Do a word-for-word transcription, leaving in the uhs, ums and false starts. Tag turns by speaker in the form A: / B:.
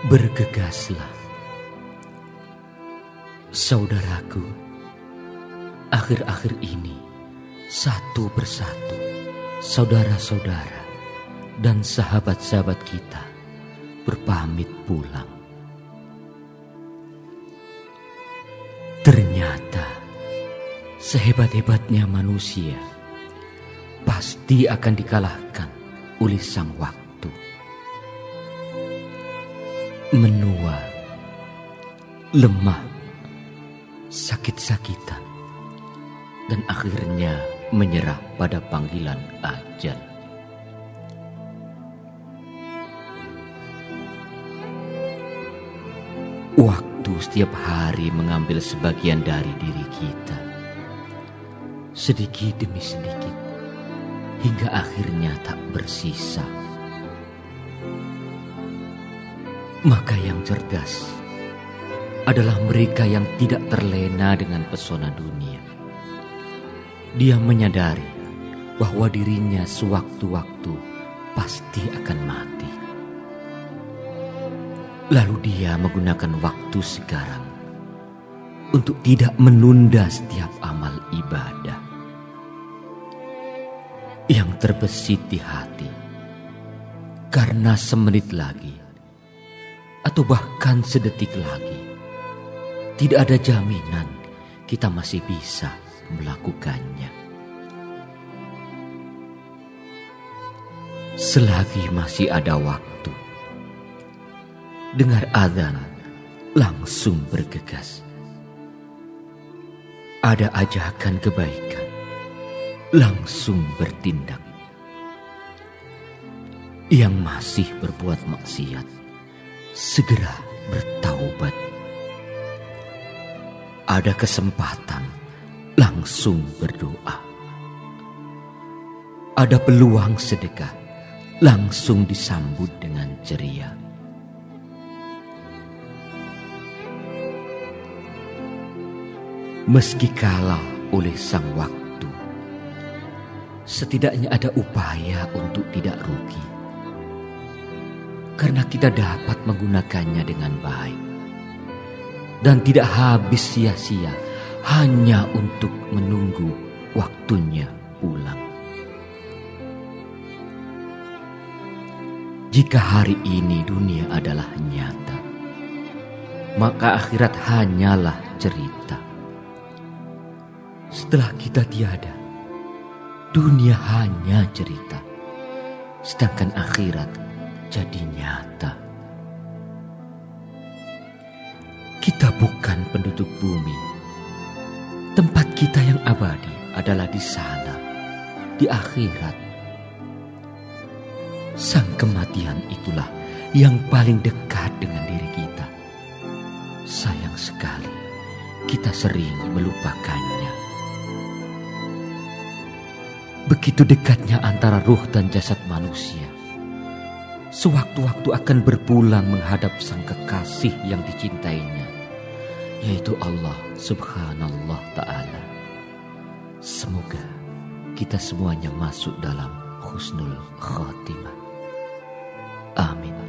A: Bergegaslah, saudaraku. Akhir-akhir ini, satu persatu, saudara-saudara dan sahabat-sahabat kita berpamit pulang. Ternyata, sehebat-hebatnya manusia pasti akan dikalahkan oleh sang waktu. Menua, lemah, sakit-sakitan, dan akhirnya menyerah pada panggilan ajal. Waktu setiap hari mengambil sebagian dari diri kita, sedikit demi sedikit, hingga akhirnya tak bersisa. Maka yang cerdas adalah mereka yang tidak terlena dengan pesona dunia. Dia menyadari bahwa dirinya sewaktu-waktu pasti akan mati. Lalu dia menggunakan waktu sekarang untuk tidak menunda setiap amal ibadah yang terbesit di hati, karena semenit lagi atau bahkan sedetik lagi tidak ada jaminan kita masih bisa melakukannya. Selagi masih ada waktu, dengar adzan, langsung bergegas. Ada ajakan kebaikan, langsung bertindak. Yang masih berbuat maksiat, segera bertaubat. Ada kesempatan, langsung berdoa. Ada peluang sedekah, langsung disambut dengan ceria. Meski kalah oleh sang waktu, setidaknya ada upaya untuk tidak rugi, karena kita dapat menggunakannya dengan baik dan tidak habis sia-sia hanya untuk menunggu waktunya pulang. Jika hari ini dunia adalah nyata, maka akhirat hanyalah cerita. Setelah kita tiada, dunia hanya cerita, sedangkan akhirat jadi nyata. Kita bukan penduduk bumi. Tempat kita yang abadi adalah di sana, di akhirat. Sang kematian itulah yang paling dekat dengan diri kita. Sayang sekali, kita sering melupakannya. Begitu dekatnya antara ruh dan jasad manusia. Sewaktu-waktu akan berpulang menghadap sang kekasih yang dicintainya, yaitu Allah Subhanallah Ta'ala. Semoga kita semuanya masuk dalam husnul khatimah. Amin.